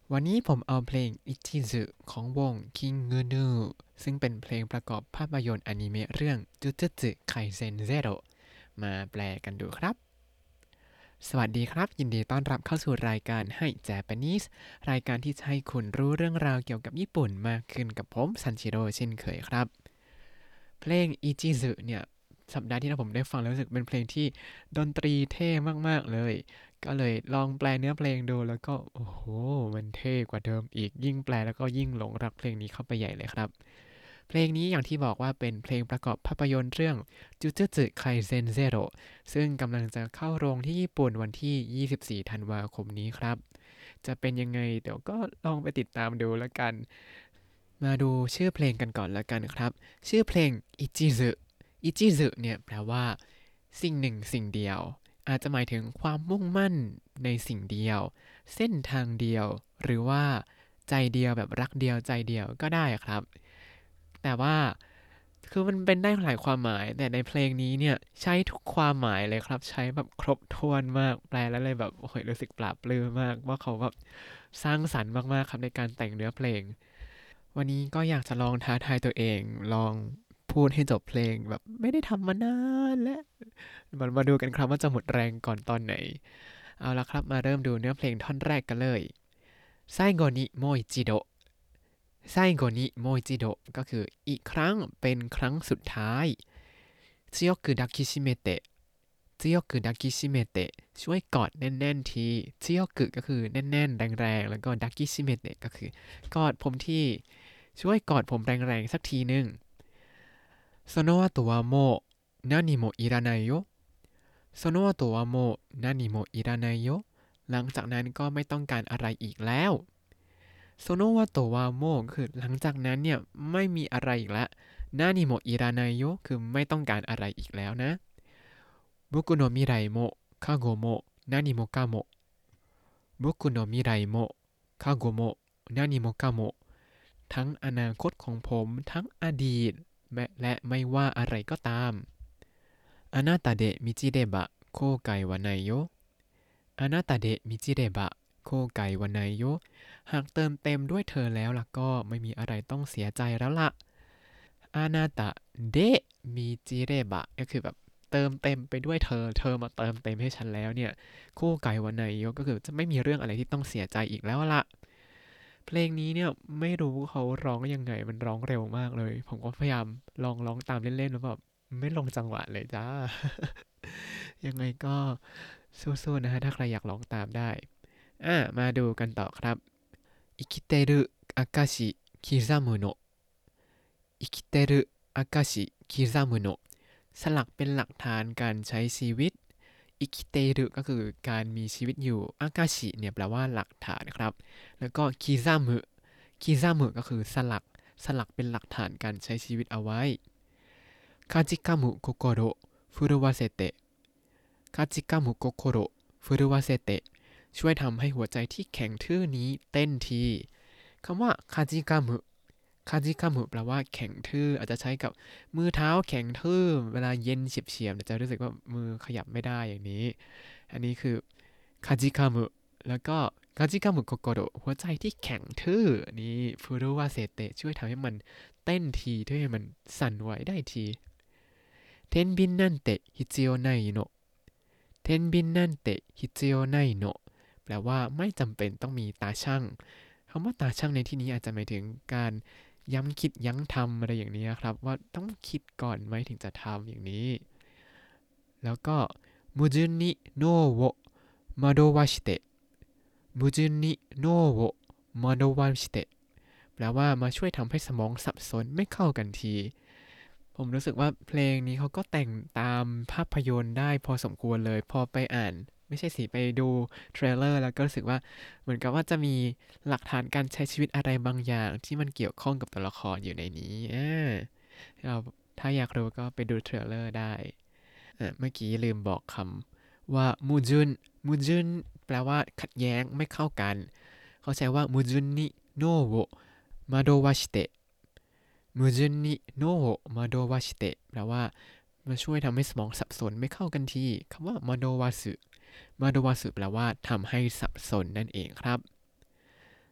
วันนี้ผมเอาเพลง Ichizu ของวง KinGnu ซึ่งเป็นเพลงประกอบภาพยนตร์อนิเมะเรื่อง Jujutsu Kaisen Zero มาแปลกันดูครับ สวัสดีครับ ยินดีต้อนรับเข้าสู่รายการให้ Japanese รายการที่จะให้คุณรู้เรื่องราวเกี่ยวกับญี่ปุ่นมากขึ้นกับผมซันชิโร่เช่นเคยครับ เพลง Ichizu เนี่ยสัปดาห์ที่แล้วผมได้ฟังแล้วรู้สึกเป็นเพลงที่ดนตรีเท่มากๆเลยก็เลยลองแปลเนื้อเพลงดูแล้วก็โอ้โหมันเท่กว่าเดิมอีกยิ่งแปลแล้วก็ยิ่งหลงรักเพลงนี้เข้าไปใหญ่เลยครับเพลงนี้อย่างที่บอกว่าเป็นเพลงประกอบภาพยนตร์เรื่อง Jujutsu Kaisen Zero ซึ่งกำลังจะเข้าโรงที่ญี่ปุ่นวันที่ 24 ธันวาคมนี้ครับจะเป็นยังไงเดี๋ยวก็ลองไปติดตามดูแล้วกันมาดูชื่อเพลงกันก่อนแล้วกันครับชื่อเพลง Ichizu อิจิสึเนี่ยแปลว่าสิ่งหนึ่งสิ่งเดียวอาจจะหมายถึงความมุ่งมั่นในสิ่งเดียวเส้นทางเดียวหรือว่าใจเดียวแบบรักเดียวใจเดียวก็ได้ครับแต่ว่าคือมันเป็นได้หลายความหมายแต่ในเพลงนี้เนี่ยใช้ทุกความหมายเลยครับใช้แบบครบถ้วนมากแปลแล้วเลยแบบโอ้ยรู้สึกปลาบปลื้มมากว่าเขาแบบสร้างสรรค์มากๆครับในการแต่งเนื้อเพลง วันนี้ก็อยากจะลองท้าทายตัวเองลองพูดให้จบเพลงแบบไม่ได้ทำมานานแล้วมาดูกันครับว่าจะหมดแรงก่อนตอนไหนเอาละครับมาเริ่มดูเนื้อเพลงท่อนแรกกันเลย最後にもう一度最後にもう一度ก็คืออีกครั้งเป็นครั้งสุดท้าย強く抱きしめて強く抱きしめてช่วยกอดแน่นๆที強くก็คือแน่นๆแรงๆแล้วก็抱きしめてก็คือกอดผมที่ช่วยกอดผมแรงๆสักทีนึงその後はもう何もいらないよその後はもう何もいらないよหลังจากนั้นก็ไม่ต้องการอะไรอีกแล้วโซโนวาโตวาโมก็คือหลังจากนั้นเนี่ยไม่มีอะไรอีกแล้วนานิโมอิรานายโยคือไม่ต้องการอะไรอีกแล้วนะบุกุโนมิไรโมคาโกโมนานิโมกาโมบุกุโนมิไรโมคาโกโมนานิโมกาโมทั้งอนาคตของผมทั้งอดีตและไม่ว่าอะไรก็ตามあなたで満ちれば後悔はないよあなたで満ちれば後悔はないよหากเติมเต็มด้วยเธอแล้วล่ะก็ไม่มีอะไรต้องเสียใจแล้วล่ะอานาตะเดะมิจิเรบะก็คือแบบเติมเต็มไปด้วยเธอมาเติมเต็มให้ฉันแล้วเนี่ยคู่ไก่วันไหนยก็คือจะไม่มีเรื่องอะไรที่ต้องเสียใจอีกแล้วล่ะเพลงนี้เนี่ยไม่รู้เขาร้องยังไงมันร้องเร็วมากเลยผมก็พยายามลองร้องตามเล่นๆแล้วแบบไม่ลงจังหวะเลยจ้ายังไงก็สู้ๆนะฮะถ้าใครอยากร้องตามได้มาดูกันต่อครับ生きてる証刻むの生きてる証刻むのสลักเป็นหลักฐานการใช้ชีวิตอิคิเตรุก็คือการมีชีวิตอยู่อากาชิเนี่ยแปลว่าหลักฐานครับแล้วก็คิซามุก็คือสลักเป็นหลักฐานการใช้ชีวิตเอาไว้คาจิกามุโกโกโรฟุรุวาเซเตะคาจิกามุโกโกโรฟุรุวาเซเตะช่วยทำให้หัวใจที่แข็งทื่อนี้เต้นทีคำว่าคาจิกามุแปลว่าแข็งทื่ออาจจะใช้กับมือเท้าแข็งทื่อเวลาเย็นเฉียบๆจะรู้สึกว่ามือขยับไม่ได้อย่างนี้อันนี้คือคาจิกามุแล้วก็คาจิกามุโกโกโรหัวใจที่แข็งทื่อนี้ฟูรุวาเซเตะช่วยทำให้มันเต้นทีด้วยให้มันสั่นไหวได้ทีเทนบินนันเตะฮิจิโอไนโนะเทนบินนันเตะฮิจิโอไนโนะแปลว่าไม่จำเป็นต้องมีตาช่างคำว่าตาช่างในที่นี้อาจจะหมายถึงการย้ำคิดยั้งทำอะไรอย่างนี้ครับว่าต้องคิดก่อนไหมถึงจะทำอย่างนี้แล้วก็มุจุนนิโนโวมาโดวาชิเตะมุจุนนิโนโวมาโดวาชิเตะแปลว่ามาช่วยทำให้สมองสับสนไม่เข้ากันทีผมรู้สึกว่าเพลงนี้เขาก็แต่งตามภาพยนตร์ได้พอสมควรเลยพอไปอ่านไม่ใช่สิไปดูเทรลเลอร์แล้วก็รู้สึกว่าเหมือนกับว่าจะมีหลักฐานการใช้ชีวิตอะไรบางอย่างที่มันเกี่ยวข้องกับตัวละครอยู่ในนี้เราถ้าอยากรู้ก็ไปดูเทรลเลอร์ได้เมื่อกี้ลืมบอกคำว่ามูจุนแปลว่าขัดแย้งไม่เข้ากันเขาใช้ว่ามูจุนนิโนโวมาโดวาชิเตะมูจุนนิโนโวมาโดวาชิเตะแปลว่ามาช่วยทำให้สมองสับสนไม่เข้ากันทีคำว่ามาโดวาสึแปลว่าทำให้สับสนนั่นเองครับ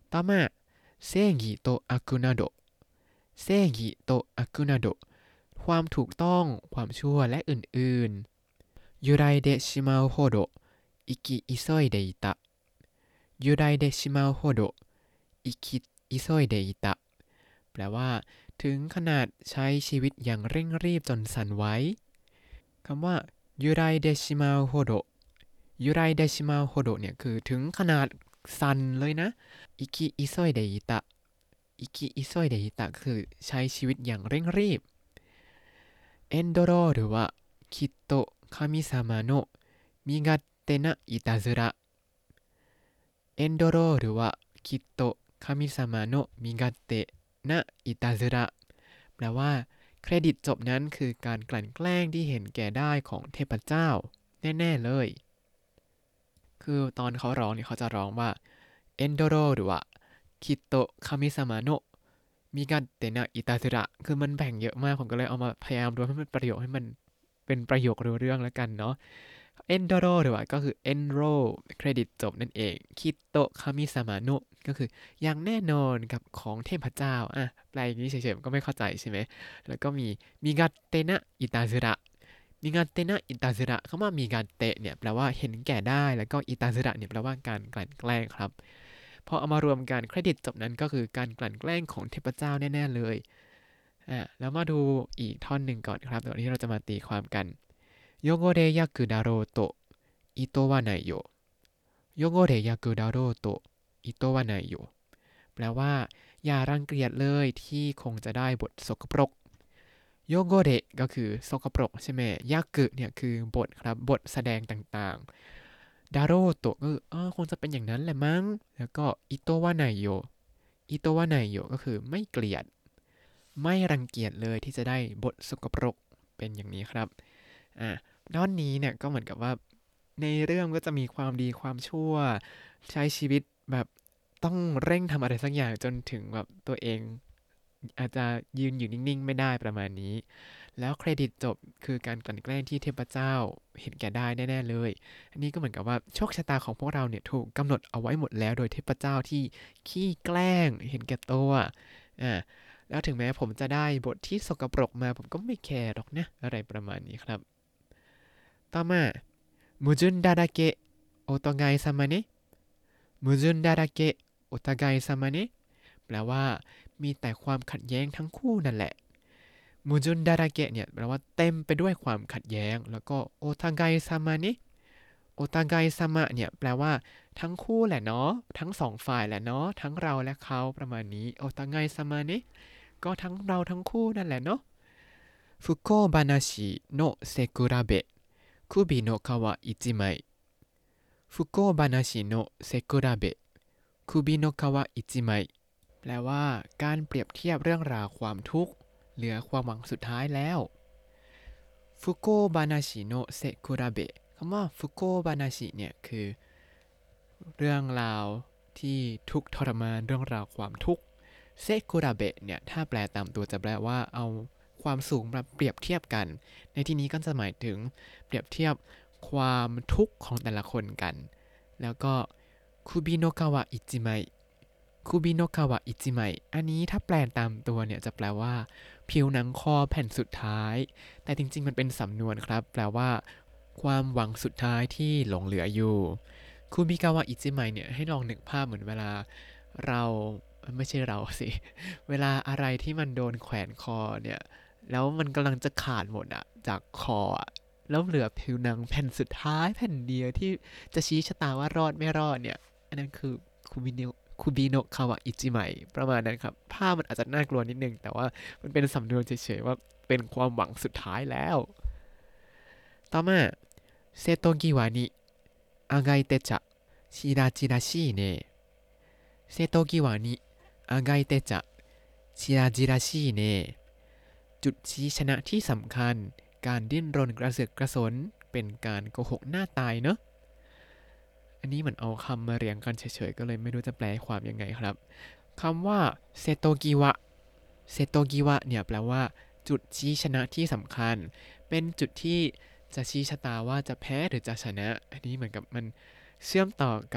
ต่อมา正義と悪など正義と悪などความถูกต้องความชั่วและอื่นๆ揺らいでしまうほど生き急いでいた揺らいでしまうほど生き急いでいたแปลว่าถึงขนาดใช้ชีวิตอย่างเร่งรีบจนสั่นไหวคำว่ายูไรเดชิมาโฮโดยูไรเดชิมาโฮโดเนี่ยคือถึงขนาดสั่นเลยนะอิคิอิโซยเดอิตะอิคิอิโซยเดอิตะคือใช้ชีวิตอย่างเร่งรีบเอนโดโรหรือว่าคิโตะคามิซามะโนะมิกัตเตนะอิตาซึระเอนโดโรหรือว่าคิโตะคามิซามะโนะมิกัตเตนะอิตาซึระแปลว่าเครดิตจบนั้นคือการกลั่นแกล้งที่เห็นแก่ได้ของเทพเจ้าแน่ๆเลยคือตอนเขาร้องเนี่ยเขาจะร้องว่าเอนโดโรหรือว่าคิโตะคามิซามะโนะมิกัตเตนะอิตาซึระคือมันแบ่งเยอะมากผมก็เลยเอามาพยายามรวมให้มันประโยคให้มันเป็นประโยครู้เรื่องแล้วกันเนาะเอนโดโรหรือว่าก็คือ enroll เครดิตจบนั่นเองคิโตะคามิซามะโนะก็คืออย่างแน่นอนกับของเทพเจ้าแปลอย่างนี้เฉยๆก็ไม่เข้าใจใช่ไหมแล้วก็มีมิกัตเตนะอิตาซึระมิกัตเตนะอิตาซึระคำว่ามิกัตเตะเนี่ยแปลว่าเห็นแก่ได้แล้วก็อิตาซึระเนี่ยแปลว่าการกลั่นแกล้งครับพอเอามารวมกันเครดิตจบนั้นก็คือการกลั่นแกล้งของเทพเจ้าแน่ๆเลยแล้วมาดูอีกท่อนหนึ่งก่อนครับเดี๋ยวนี้เราจะมาตีความกันโยโกเรยักุดาโรโตะอิโตวะไนโยโยโกเรยักุดาโรโตะอิโตวะไนโยแปลว่าอย่ารังเกียจเลยที่คงจะได้บทสกปรกโยโกเรก็คือสกปรกใช่ไหมยักุเนี่ยคือบทครับบทแสดงต่างๆดาโรโตะก็คงจะเป็นอย่างนั้นแหละมั้งแล้วก็อิโตวะไนโยอิโตวะไนโยก็คือไม่เกลียดไม่รังเกียจเลยที่จะได้บทสกปรกเป็นอย่างนี้ครับด้านนี้เนี่ยก็เหมือนกับว่าในเรื่องก็จะมีความดีความชั่วใช้ชีวิตแบบต้องเร่งทำอะไรสักอย่างจนถึงแบบตัวเองอาจจะยืนอยู่นิ่งๆไม่ได้ประมาณนี้แล้วเครดิตจบคือการกลั่นแกล้งที่เทพเจ้าเห็นแก่ได้แน่ๆเลยอันนี้ก็เหมือนกับว่าโชคชะตาของพวกเราเนี่ยถูกกำหนดเอาไว้หมดแล้วโดยเทพเจ้าที่ขี้แกล้งเห็นแก่ตัวอ่าแล้วถึงแม้ผมจะได้บทที่สกปรกมาผมก็ไม่แคร์หรอกนะอะไรประมาณนี้ครับต่อมามุจุนดาดาเกะโอโตไงซามะเนะมุจุนดาดาเกะโอตาไกซามะเนะแปลว่ามีแต่ความขัดแย้งทั้งคู่นั่นแหละมุจุนดาดาเกะเนี่ยแปลว่าเต็มไปด้วยความขัดแย้งแล้วก็โอตาไกซามะเนะโอตาไกซามะเนี่ยแปลว่าทั้งคู่แหละเนาะทั้งสองฝ่ายแหละเนาะทั้งเราและเขาประมาณนี้โอตาไกซามะเนะก็ทั้งเราทั้งคู่นั่นแหละเนาะฟุโกบานาชิโนะเซกุระเบะคุบิโนะคาวะอิจิไมฟุโกบานาชิโนะเซกุระเบะคุบิโนะคาวะอิจิไมแปลว่าการเปรียบเทียบเรื่องราวความทุกข์เหลือความหวังสุดท้ายแล้วฟุโกบานาชิโนะเซกุระเบะคำว่าฟุโกบานาชิเนี่ยคือเรื่องราวที่ทุกข์ทรมานเรื่องราวความทุกข์เซกุระเบะเนี่ยถ้าแปลตามตัวจะแปลว่าเอาความสูงมาเปรียบเทียบกันในที่นี้ก็จะหมายถึงเปรียบเทียบความทุกข์ของแต่ละคนกันแล้วก็คุบิโนะคาวะอิจิไมคุบิโนะคาวะอิจิไมอันนี้ถ้าแปลตามตัวเนี่ยจะแปลว่าผิวหนังคอแผ่นสุดท้ายแต่จริงๆมันเป็นสำนวนครับแปลว่าความหวังสุดท้ายที่หลงเหลืออยู่คุบิกาวะอิจิไมเนี่ยให้ลองนึกภาพเหมือนเวลาเราไม่ใช่เราสิเวลาอะไรที่มันโดนแขวนคอเนี่ยแล้วมันกำลังจะขาดหมดอะจากคออะแล้วเหลือผิวหนังแผ่นสุดท้ายแผ่นเดียวที่จะชี้ชะตาว่ารอดไม่รอดเนี่ยอันนั้นคือคุบิโนะคุบิโนะคาวะอิจิไมประมาณนั้นครับภาพมันอาจจะน่ากลัวนิดนึงแต่ว่ามันเป็นสำนวนเฉยๆว่าเป็นความหวังสุดท้ายแล้วต่อมาเซโตกิวานิอากายเตจะชิราจิราชิเนะเซโตกิวานิอากายเตจะชิราจิราชิเนะจุดชี้ชนะที่สำคัญการดิ้นรนกระเสือกกระสนเป็นการโกหกหน้าตายเนอะอันนี้เหมือนเอาคำมาเรียงกันเฉยๆก็เลยไม่รู้จะแปลความยังไงครับคำว่าเซโตกิวะเซโตกิวะเนี่ยแปลว่าจุดชี้ชนะที่สำคัญเป็นจุดที่จะชี้ชะตาว่าจะแพ้หรือจะชนะอันนี้เหมือนกับมันเชื่อมต่อกับ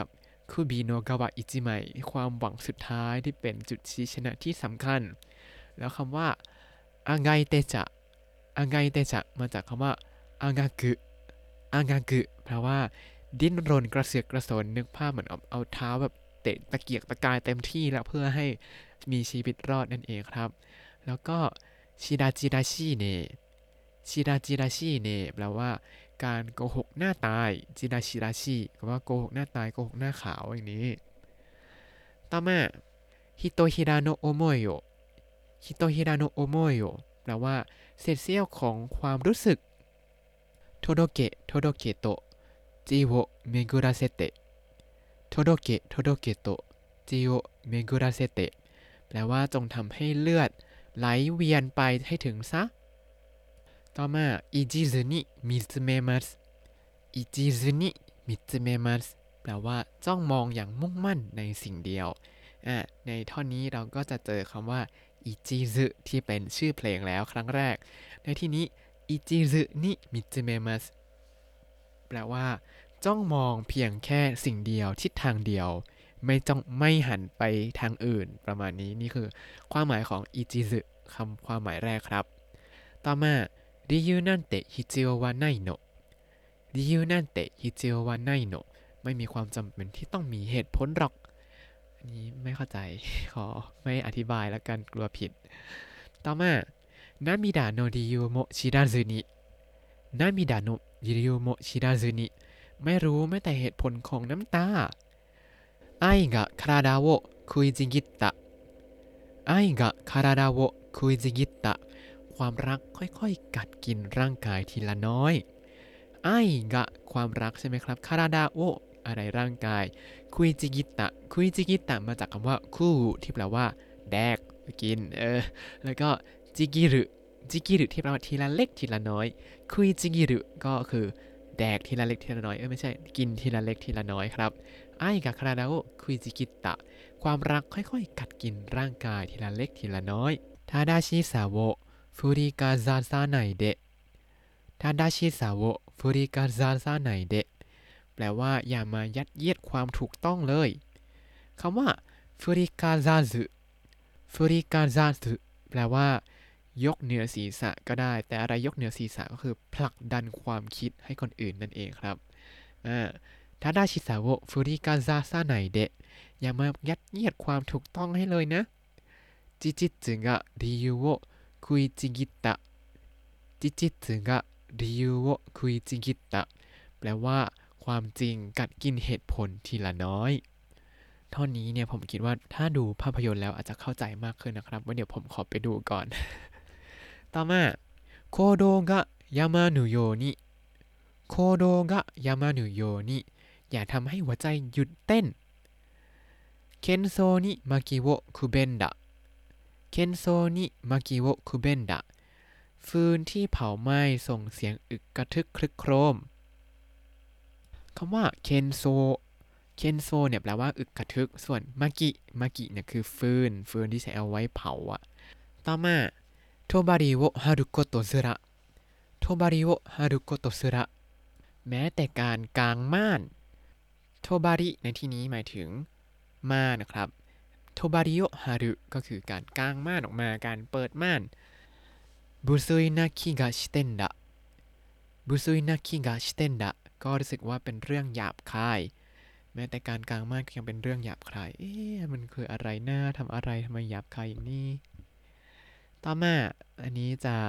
คุบิโนกาวะอิจิไมความหวังสุดท้ายที่เป็นจุดชี้ชนะที่สำคัญแล้วคำว่าอางไงเตจะอางไงเตจะมาจากคำว่าอางากุอางากุแปลว่าดิ้นรนกระเสือกกระสนนึกภาพเหมือนเอาเท้าแบบเตะตะเกียกตะกายเต็มที่แล้วเพื่อให้มีชีวิตรอดนั่นเองครับแล้วก็ชิดาจิราชิเนชิดาจิราชิเนแปลว่าการโกหกหน้าตายจิราชิราชิแปลว่าโกหกหน้าตายโกหกหน้าขาวอย่างนี้ต่อมาฮิโตฮิราโนะโอโมโยฮิโตฮิราโนะโอโมโยแปลว่าเศษเสี้ยวของความรู้สึกโทโดเกะโทโดเกะโตะจิโอเมกุระเซเตะโทโดเกะโทโดเกะโตะจิโอเมกุระเซเตะแปลว่าจงทำให้เลือดไหลเวียนไปให้ถึงซะต่อมาอิจิซึนิมิซึเมมัสอิจิซึนิมิซึเมมัสแปลว่าจ้องมองอย่างมุ่งมั่นในสิ่งเดียวในท่อนนี้เราก็จะเจอคำว่าอิจิซึที่เป็นชื่อเพลงแล้วครั้งแรกในที่นี้อิจิซึนิมิซึเมมัสแปลว่าจ้องมองเพียงแค่สิ่งเดียวทิศทางเดียวไม่หันไปทางอื่นประมาณนี้นี่คือความหมายของอิจิซึคำความหมายแรกครับต่อมา理由なんて必要はないの理由なんて必要はないのไม่มีความจำเป็นที่ต้องมีเหตุผลหรอกอันนี้ไม่เข้าใจขอไม่อธิบายแล้วกันกลัวผิดต่อมา涙の理由も知らずに涙の理由も知らずにไม่รู้แม้แต่เหตุผลของน้ำตา愛が体を食いちぎった愛が体を食いちぎったความรักค่อยๆกัดกินร่างกายทีละน้อยไอ้กะความรักใช่ไหมครับคาราดาโออะไรร่างกายคุยจิกิตะคุยจิกิตะมาจากคำว่าคู่ที่แปลว่าแดกกินแล้วก็จิกิรุจิกิรุที่แปลว่าทีละเล็กทีละน้อยคุยจิกิรุก็คือแดกทีละเล็กทีละน้อยไม่ใช่กินทีละเล็กทีละน้อยครับไอ้กะคาราดาโอคุยจิกิตะความรักค่อยๆกัดกินร่างกายทีละเล็กทีละน้อยทาดาชิซาโวฟูริกาซาซาไนเดะทาดาชิซาโวฟูริกาซาซาไนเดะแปลว่าอย่ามายัดเยียดความถูกต้องเลยคำว่าฟูริกาซาซึฟูริกาซาซึแปลว่ายกเหนือศีรษะก็ได้แต่อะไรยกเหนือศีรษะก็คือผลักดันความคิดให้คนอื่นนั่นเองครับทาดาชิซาโวฟูริกาซาซาไนเดะอย่ามายัดเยียดความถูกต้องให้เลยนะจิจิตสึงะริยูโอคุยจิกิตะจิจิตสึงะริยูโอคุยจิกิตะแปลว่าความจริงกัดกินเหตุผลทีละน้อยท่อนนี้เนี่ยผมคิดว่าถ้าดูภาพยนตร์แล้วอาจจะเข้าใจมากขึ้นนะครับว่าเดี๋ยวผมขอไปดูก่อนต่อมาโคโดกะยามานุโยนิโคโดกะยามานุโยนิอย่าทำให้หัวใจหยุดเต้นเคนโซนิมากิโวคุเบนดะเคนโซนิมากิโวคุเบนดะฟืนที่เผาไหม้ส่งเสียงอึกกระทึกครึกโครมคำว่าเคนโซเนี่ยแปลว่าอึกกระทึกส่วนมากิเนี่ยคือฟืนที่ใช้เอาไว้เผาต่อมาโทบาริโอฮารุโกโตซึระโทบาริโอฮารุโกโตซึระแม้แต่การกางม่านโทบาริในที่นี้หมายถึงม่านนะครับโทบาริโอฮารุก็คือการกางม่านออกมาการเปิดม่านบุซุยนาคิกะชิเตนดะบุซุยนาคิกะชิเตนดะก็รู้สึกว่าเป็นเรื่องหยาบคายแม้แต่การกางม่านก็ยังเป็นเรื่องหยาบคายมันคืออะไรน่าทำอะไรทำไมหยาบคายอย่างนี้ต่อมาอันนี้จะ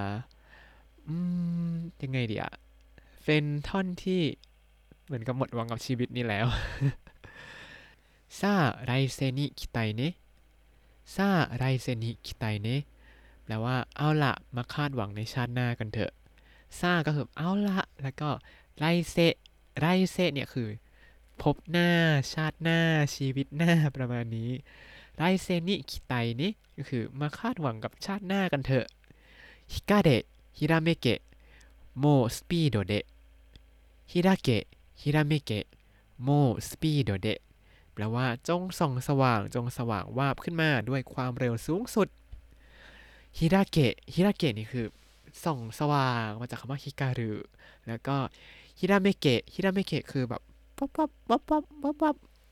ยังไงดีอะเป็นท่อนที่เหมือนกับหมดหวังกับชีวิตนี่แล้วซาไรเซนิคิไตเนะซาไรเซนิคิไตเนะแปลว่าเอาละมาคาดหวังในชาติหน้ากันเถอะซาก็คือเอาละแล้วก็ไรเซเนี่ยคือพบหน้าชาติหน้าชีวิตหน้าประมาณนี้ไรเซนิคิไตนี่ก็คือมาคาดหวังกับชาติหน้ากันเถอะฮิกาเดะฮิราเมเกะโมสปีโดเดะฮิราเกะฮิราเมเกะโมสปีโดเดะแปลว่าจงส่องสว่างจงสว่างวาบขึ้นมาด้วยความเร็วสูงสุดฮิราเกะนี่คือส่องสว่างมาจากคำว่าฮิการุแล้วก็ฮิราเมเกะคือแบบป๊บ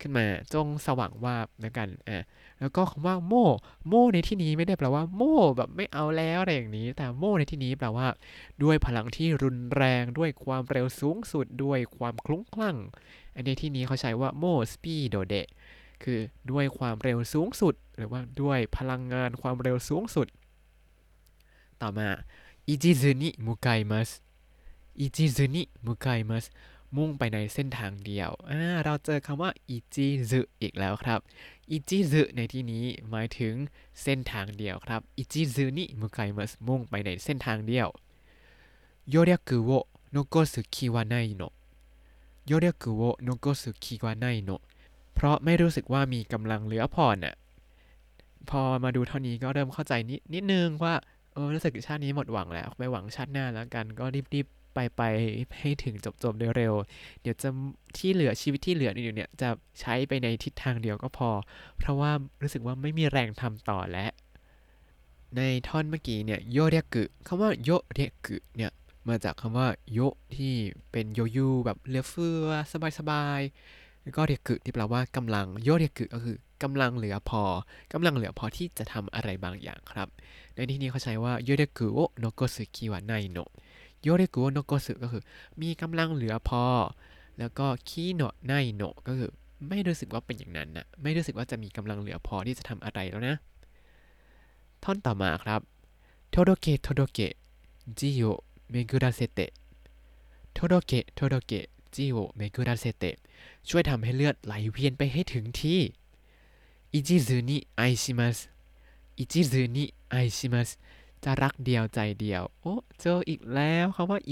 ขึ้นมาจงสว่างวาบนะกันแล้วก็คำว่าโมในที่นี้ไม่ได้แปลว่าโมแบบไม่เอาแล้วอะไรอย่างนี้แต่โมในที่นี้แปลว่าด้วยพลังที่รุนแรงด้วยความเร็วสูงสุดด้วยความคลุ้งคลั่งอันในที่นี้เขาใช้ว่าโมสปีโดเดคือด้วยความเร็วสูงสุดหรือว่าด้วยพลังงานความเร็วสูงสุดต่อมาอิจิซึนิมุไกมัสอิจิซึนิมุไกมัสมุ่งไปในเส้นทางเดียวเราเจอคำว่าอิจิซึอีกแล้วครับอิจิซึในที่นี้หมายถึงเส้นทางเดียวครับอิจิซึนิมุไกมัสมุ่งไปในเส้นทางเดียวโยเรียกุโอโนโกสุคิวาไนโนะโยเรียกุโอโนโกสุคิวาไนโนะเพราะไม่รู้สึกว่ามีกำลังเหลือพอน่ะพอมาดูเท่านี้ก็เริ่มเข้าใจนิดนึงว่ารู้สึกชาตินี้หมดหวังแล้วไปหวังชาติหน้าแล้วกันก็รีบไปให้ถึงจบโดยเร็วเดี๋ยวจะที่เหลือชีวิตที่เหลืออยู่เนี่ยจะใช้ไปในทิศทางเดียวก็พอเพราะว่ารู้สึกว่าไม่มีแรงทำต่อแล้วในท่อนเมื่อกี้เนี่ยโยเรียกุคำว่าโยเรียกุเนี่ยมาจากคำว่าโยที่เป็นโยยูแบบเหลือเฟือสบายๆแล้วก็เรียกุที่แปลว่ากำลังโยเรียกุก็คือกำลังเหลือพอกำลังเหลือพอที่จะทำอะไรบางอย่างครับในที่นี้เขาใช้ว่าโยเรียกุโอโนโกสึคิวะไนโนะโยเรกุโอโนโกสึก็คือมีกำลังเหลือพอแล้วก็คิโนะไนโนะก็คือไม่รู้สึกว่าเป็นอย่างนั้นนะไม่รู้สึกว่าจะมีกำลังเหลือพอที่จะทำอะไรแล้วนะท่อนต่อมาครับโทโดเกะโทโดเกะจิโอเมกุระเซเตะโทโดเกะโทโดเกะจิโอเมกุระเซเตะช่วยทำให้เลือดไหลเวียนไปให้ถึงที่อิจิซึนิไอชิมัสอิจิซึนิไอชิมัสจะรักเดียวใจเดียวโอ้เจออีกแล้วคำว่า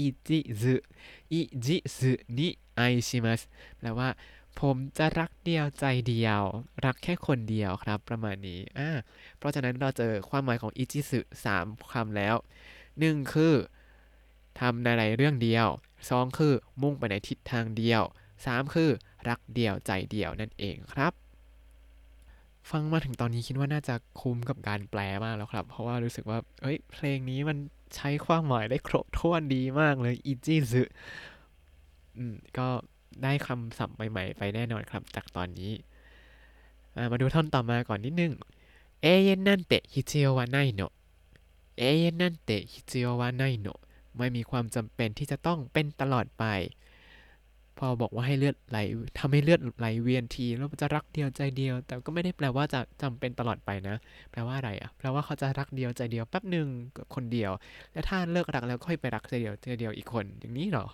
อิจิซึนิไอชิมัสแปลว่าผมจะรักเดียวใจเดียวรักแค่คนเดียวครับประมาณนี้เพราะฉะนั้นเราเจอความหมายของอิจิซึ3คำแล้ว1คือทำในเรื่องเดียว2คือมุ่งไปในทิศทางเดียว3คือรักเดียวใจเดียวนั่นเองครับฟังมาถึงตอนนี้คิดว่าน่าจะคุ้มกับการแปลมากแล้วครับเพราะว่ารู้สึกว่าเพลงนี้มันใช้ความหมายได้ครบถ้วนดีมากเลยอิจิซึก็ได้คำศัพท์ใหม่ๆไปแน่นอนครับจากตอนนี้มาดูท่อนต่อมาก่อนนิดนึงเอเยนนันเตะฮิจิโอวะไนโนะเอเยนนันเตะฮิจิโอวะไนโนะไม่มีความจำเป็นที่จะต้องเป็นตลอดไปพอบอกว่าให้เลือดไหลทำให้เลือดไหลเวียนทีแล้วจะรักเดียวใจเดียวแต่ก็ไม่ได้แปลว่าจะจำเป็นตลอดไปนะแปลว่าอะไรแปลว่าเขาจะรักเดียวใจเดียวแป๊บหนึ่งกับคนเดียวแล้วถ้าเลิกรักแล้วค่อยไปรักใจเดียวอีกคนอย่างนี้เหรอ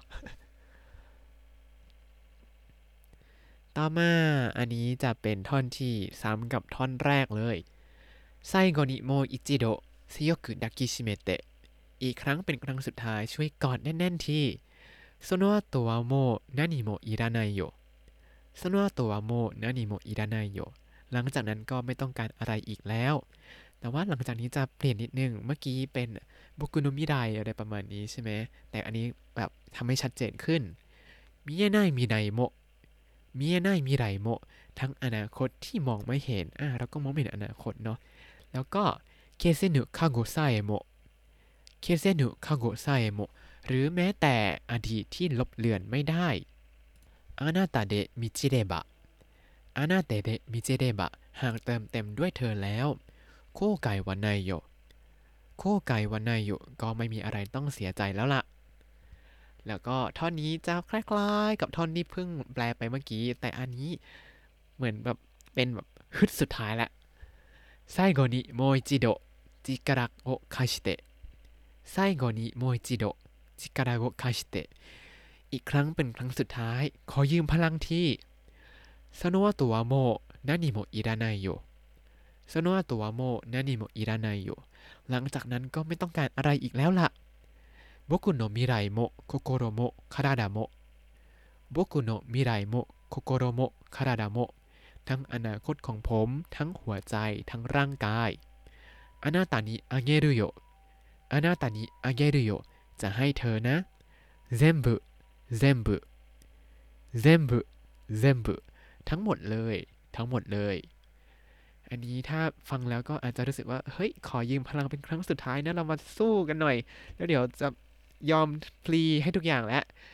ต่อมาอันนี้จะเป็นท่อนที่ซ้ำกับท่อนแรกเลยไซโกนิโมอิจิโดะซิโยกุดักิชิเมเตะอีกครั้งเป็นครั้งสุดท้ายช่วยกอดแน่นๆที่โซโนะโตะโมนานิโมอิราไนโยโซโนะโตะโมนานิโมอิราไนโยหลังจากนั้นก็ไม่ต้องการอะไรอีกแล้วแต่ว่าหลังจากนี้จะเปลี่ยนนิดนึงเมื่อกี้เป็นบุกุโนมิไดอะไรประมาณนี้ใช่ไหมแต่อันนี้แบบทำให้ชัดเจนขึ้นมิเอะไนมิไดโมมิเอะไนมิไรโมทั้งอนาคตที่มองไม่เห็นเราก็มองไม่เห็นอนาคตเนาะแล้วก็เคเซนุคาโกไซโมเคเซนุคาโกไซโมหรือแม้แต่อดีตที่ลบเลือนไม่ได้อานาตาเดะมิจิเรบะอานาเตเดะมิจิเรบะหากเติมเต็มด้วยเธอแล้วโคไกวันไนโยโคไกวันไนโยก็ไม่มีอะไรต้องเสียใจแล้วล่ะแล้วก็ท่อนนี้จะคล้ายๆกับท่อนที่เพิ่งแปลไปเมื่อกี้แต่อันนี้เหมือนแบบเป็นแบบฮึดสุดท้ายละ最後にもう一度力を貸して最後にもう一度力を貸してอีกครั้งเป็นครั้งสุดท้ายขอยืมพลังที่その後はもう何もいらないよその後はもう何もいらないよหลังจากนั้นก็ไม่ต้องการอะไรอีกแล้วล่ะ僕の未来も心も体も僕の未来も心も体もทั้งอนาคตของผมทั้งหัวใจทั้งร่างกายあなたにあげるよあなたにあげるよจะให้เธอนะ全部全部全部全部ทั้งหมดเลยทั้งหมดเลยอันนี้ถ้าฟังแล้วก็อาจจะรู้สึกว่าเฮ้ยขอยืมพลังเป็นครั้งสุดท้ายนะเรามาสู้กันหน่อยแล้วเดี๋ยวจะยอมพลีให้ทุกอย่างแล้ว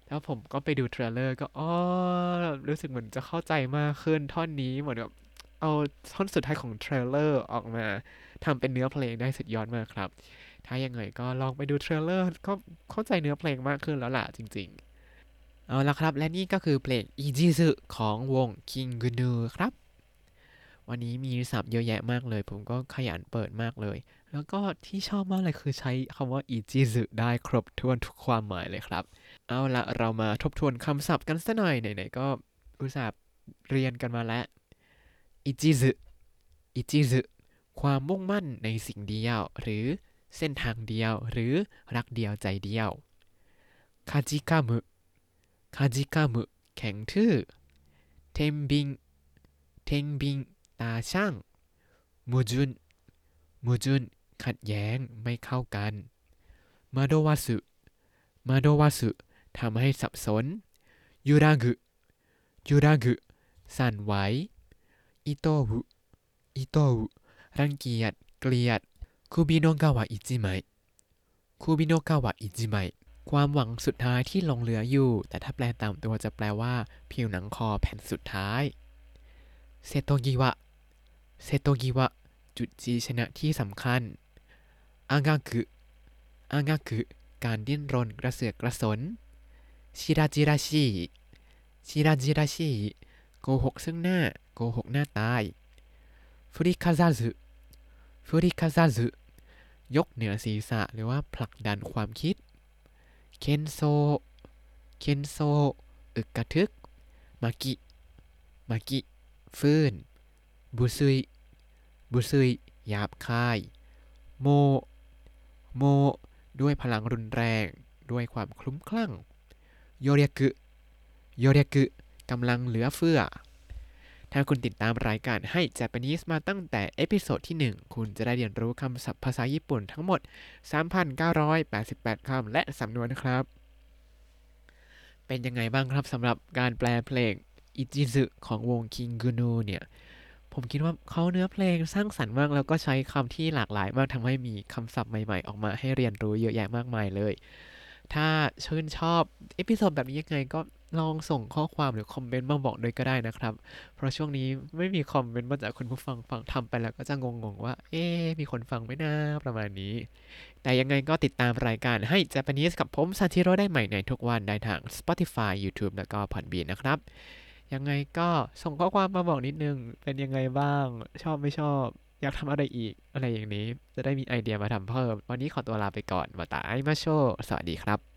แล้วผมก็ไปดูเทรลเลอร์ก็รู้สึกเหมือนจะเข้าใจมากขึ้นท่อนนี้เหมือนแบบเอาท่อนสุดท้ายของเทรลเลอร์ออกมาทำเป็นเนื้อเพลงได้สุดยอดมากครับถ้ายังไงก็ลองไปดูเทรลเลอร์ก็เข้าใจเนื้อเพลงมากขึ้นแล้วล่ะจริงๆเอาละครับและนี่ก็คือเพลงอีจิซึของวง King Gnu ครับวันนี้มีศัพท์เยอะแยะมากเลยผมก็ขยันเปิดมากเลยแล้วก็ที่ชอบมากเลยคือใช้คำว่าอีจิซึได้ครบถ้วนทุกความหมายเลยครับ เอาละเรามาทบทวนคำศัพท์กันสักหน่อยไหนๆก็อุตส่าห์เรียนกันมาแล้วอิจิซึอิจิซึความมุ่งมั่นในสิ่งเดียวหรือเส้นทางเดียวหรือรักเดียวใจเดียวคาจิกามุคาจิกามุแข็งทื่อเทมบิงเทงบิงตาช่างมูจุนมูจุนขัดแย้งไม่เข้ากันมาโดวาสุมาโดวาสุทำให้สับสนยูรากุยูรากุสั่นไหวอิโตะอิโตะรังเกียจเกลียดคุบิโนะกาวะอิจิไมะคุบิโนะกาวะอิจิไมะความหวังสุดท้ายที่หลงเหลืออยู่แต่ถ้าแปลตามตัวจะแปลว่าผิวหนังคอแผ่นสุดท้ายเซโตกิวะเซโตกิวะจุดชี้ชนะที่สำคัญอางากุอางากุการดิ้นรนกระเสือกกระสนชิราจิราชิชิราจิราชิโกหกซึ่งหน้าโกหกหน้าตายฟุริคาซาซึฟุริคาซาซึยกเหนือศีรษะหรือว่าผลักดันความคิดเคนโซเคนโซอึกกระทึกมากิมากิฟื้นบุซุยบุซุยหยาบคายโมโมด้วยพลังรุนแรงด้วยความคลุ้มคลั่งโยเรียกุโยเรียกุกำลังเหลือเฟือ ถ้าคุณติดตามรายการให้ Japanese มาตั้งแต่เอพิโซดที่ 1 คุณจะได้เรียนรู้คำศัพท์ภาษาญี่ปุ่นทั้งหมด 3,988 คำและสำนวนครับ เป็นยังไงบ้างครับสำหรับการแปลเพลงอิจิซึของวง King Gnu เนี่ย ผมคิดว่าเขาเนื้อเพลงสร้างสรรค์มากแล้วก็ใช้คำที่หลากหลายมากทำให้มีคำศัพท์ใหม่ๆออกมาให้เรียนรู้เยอะแยะมากมายเลย ถ้าชื่นชอบเอพิโซดแบบนี้ยังไงก็ลองส่งข้อความหรือคอมเมนต์มาบอกด้วยก็ได้นะครับเพราะช่วงนี้ไม่มีคอมเมนต์มาจากคุณผู้ฟังทำไปแล้วก็จะงงๆว่ามีคนฟังไหมนะประมาณนี้แต่ยังไงก็ติดตามรายการให้ Japanese กับผมซาชิโร่ได้ใหม่ในทุกวันได้ทาง Spotify YouTube แล้วก็ Podbean นะครับยังไงก็ส่งข้อความมาบอกนิดนึงเป็นยังไงบ้างชอบไม่ชอบอยากทำอะไรอีกอะไรอย่างนี้จะได้มีไอเดียมาทำเพิ่มวันนี้ขอตัวลาไปก่อนมาตาไอมาโชสวัสดีครับ